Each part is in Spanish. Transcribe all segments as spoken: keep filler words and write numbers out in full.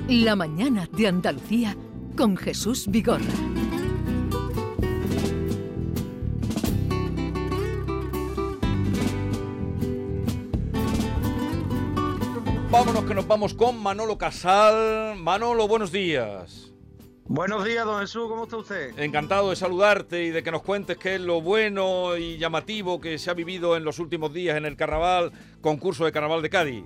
La mañana de Andalucía con Jesús Vigorra. Vámonos que nos vamos con Manolo Casal. Manolo, buenos días. Buenos días, don Jesús, ¿cómo está usted? Encantado de saludarte y de que nos cuentes qué es lo bueno y llamativo que se ha vivido en los últimos días en el Carnaval, concurso de Carnaval de Cádiz.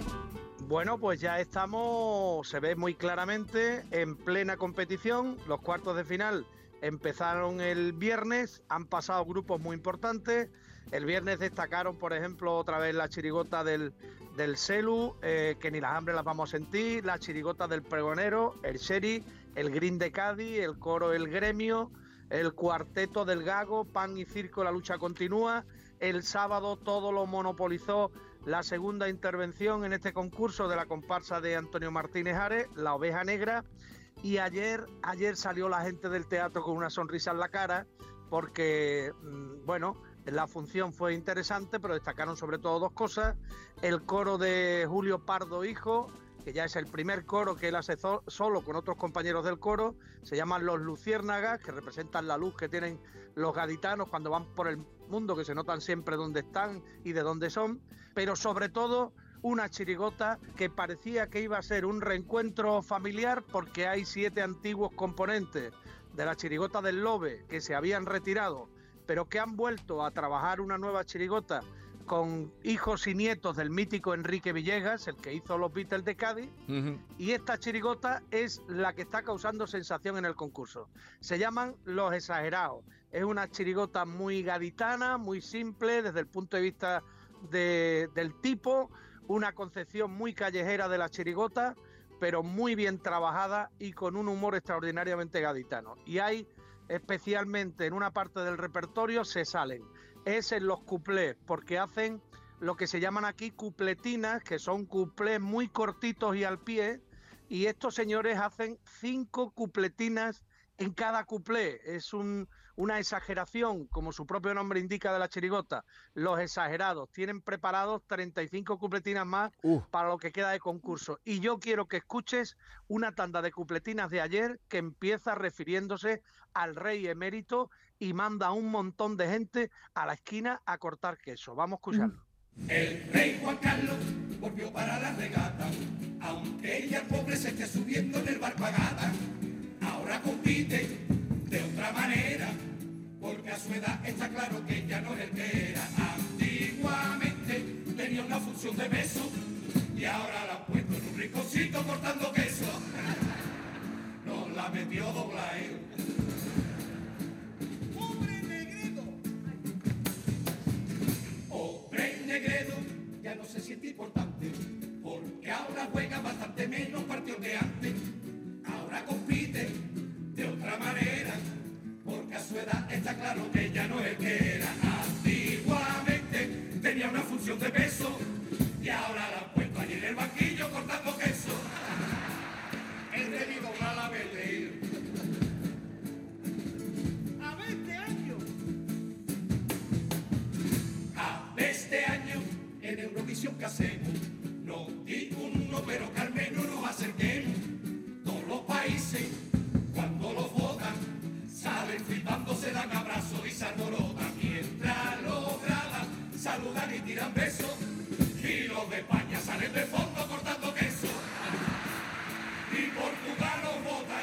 Bueno, pues ya estamos, se ve muy claramente, en plena competición. Los cuartos de final empezaron el viernes, han pasado grupos muy importantes. El viernes destacaron, por ejemplo, otra vez la chirigota del, del Celu, eh, que ni las hambres las vamos a sentir, la chirigota del Pregonero, el Sherry, el Green de Cádiz, el coro El Gremio, el cuarteto del Gago, Pan y Circo, la lucha continúa. El sábado todo lo monopolizó la segunda intervención en este concurso de la comparsa de Antonio Martínez Ares, La Oveja Negra. Y ayer, ayer salió la gente del teatro con una sonrisa en la cara porque, bueno, la función fue interesante, pero destacaron sobre todo dos cosas. El coro de Julio Pardo Hijo, que ya es el primer coro que él hace solo con otros compañeros del coro, se llaman Los Luciérnagas, que representan la luz que tienen los gaditanos cuando van por el mundo, que se notan siempre dónde están y de dónde son, pero sobre todo una chirigota que parecía que iba a ser un reencuentro familiar porque hay siete antiguos componentes de la chirigota del Lobe que se habían retirado, pero que han vuelto a trabajar una nueva chirigota con hijos y nietos del mítico Enrique Villegas, el que hizo los Beatles de Cádiz, uh-huh. Y esta chirigota es la que está causando sensación en el concurso. Se llaman Los Exagerados. Es una chirigota muy gaditana, muy simple desde el punto de vista de, del tipo, una concepción muy callejera de la chirigota, pero muy bien trabajada y con un humor extraordinariamente gaditano. Y hay, especialmente en una parte del repertorio, se salen. Es en los cuplés, porque hacen lo que se llaman aquí cupletinas, que son cuplés muy cortitos y al pie, y estos señores hacen cinco cupletinas en cada cuplé. Es un, una exageración, como su propio nombre indica de la chirigota, Los Exagerados. Tienen preparados treinta y cinco cupletinas más uh. para lo que queda de concurso. Y yo quiero que escuches una tanda de cupletinas de ayer que empieza refiriéndose al rey emérito y manda a un montón de gente a la esquina a cortar queso. Vamos a escucharlo. El rey Juan Carlos volvió para la regata, aunque ella el pobre se esté subiendo en el bar pagada. Ahora compite de otra manera, porque a su edad está claro que ya no es el que era. Antiguamente tenía una función de beso y ahora la han puesto en un rinconcito cortando queso. Nos la metió dobla él. Negredo ya no se siente importante, porque ahora juega bastante menos partidos que antes. Ahora compite de otra manera, porque a su edad está claro que ya no es el que era. Antiguamente tenía una función de peso y ahora la han puesto allí en el banquillo cortando queso. El debido a la verde. A ver este año. A este año en Eurovisión que hacemos, no digo uno, pero que al menos nos acerquemos. Todos los países, cuando los votan, salen flipando, se dan abrazos y se alborotan. Mientras los graban, saludan y tiran besos, y los de España salen de fondo cortando queso. Y Portugal los vota,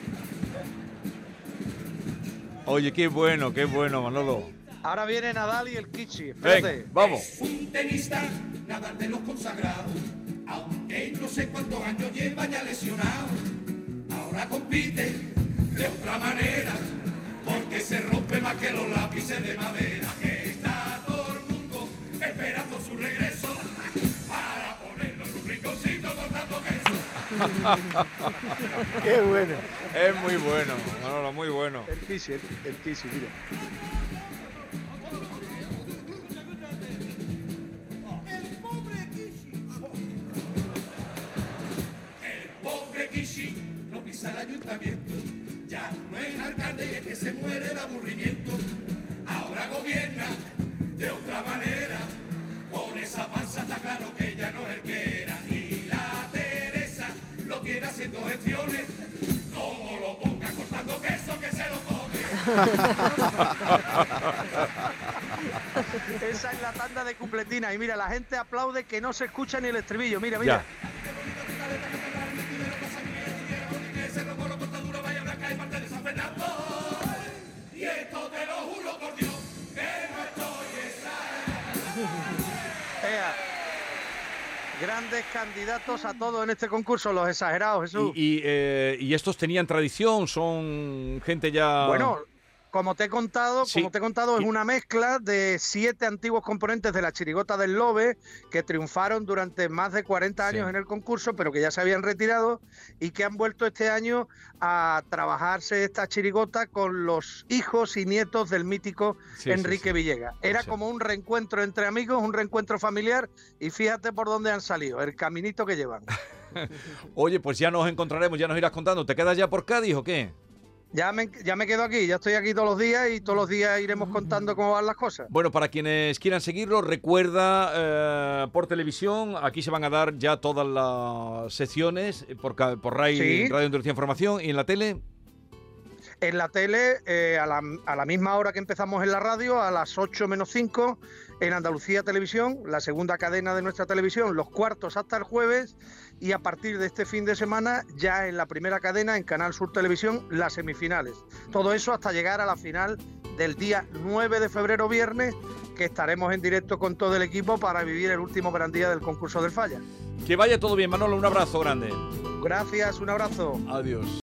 yo. Oye, qué bueno, qué bueno, Manolo. Ahora viene Nadal y el Kichi. Espérate. Ven, vamos. Es un tenista, Nadal de los consagrados, aunque no sé cuántos años lleva ya lesionado. Ahora compite de otra manera, porque se rompe más que los lápices de madera. Que está todo el mundo esperando su regreso para ponerlo en un rinconcito cortando queso. Qué bueno. Es muy bueno, Manolo, muy bueno. El Kichi, el, el Kichi, mira. No pisa el ayuntamiento, ya no es alcalde y es que se muere de aburrimiento. Ahora gobierna de otra manera, con esa panza está claro que ya no es el que era. Y la Teresa lo tiene haciendo Esa es la tanda de cupletina. Y mira, la gente aplaude que no se escucha ni el estribillo. Mira, mira. Ya. Y esto te lo juro por Dios que no estoy Ea. Grandes candidatos a todo en este concurso, los exagerados, Jesús. Y, y, eh, y estos tenían tradición, son gente ya... Bueno, como te he contado, Sí. como te he contado, es una mezcla de siete antiguos componentes de la Chirigota del Lobe que triunfaron durante más de cuarenta años Sí. en el concurso, pero que ya se habían retirado y que han vuelto este año a trabajarse esta chirigota con los hijos y nietos del mítico Sí, sí, Enrique sí. Villegas. Era Sí. como un reencuentro entre amigos, un reencuentro familiar, y fíjate por dónde han salido, el caminito que llevan. Oye, pues ya nos encontraremos, ya nos irás contando. ¿Te quedas ya por Cádiz o qué? Ya me, ya me quedo aquí, ya estoy aquí todos los días y todos los días iremos contando cómo van las cosas. Bueno, para quienes quieran seguirlo, recuerda eh, por televisión, aquí se van a dar ya todas las secciones eh, por, ca- por RAI, Sí. Radio Andalucía Información, y en la tele. En la tele, eh, a, la, a la misma hora que empezamos en la radio, a las ocho menos cinco, en Andalucía Televisión, la segunda cadena de nuestra televisión, los cuartos hasta el jueves, y a partir de este fin de semana, ya en la primera cadena, en Canal Sur Televisión, las semifinales. Todo eso hasta llegar a la final del día nueve de febrero, viernes, que estaremos en directo con todo el equipo para vivir el último gran día del concurso del Falla. Que vaya todo bien, Manolo, un abrazo grande. Gracias, un abrazo. Adiós.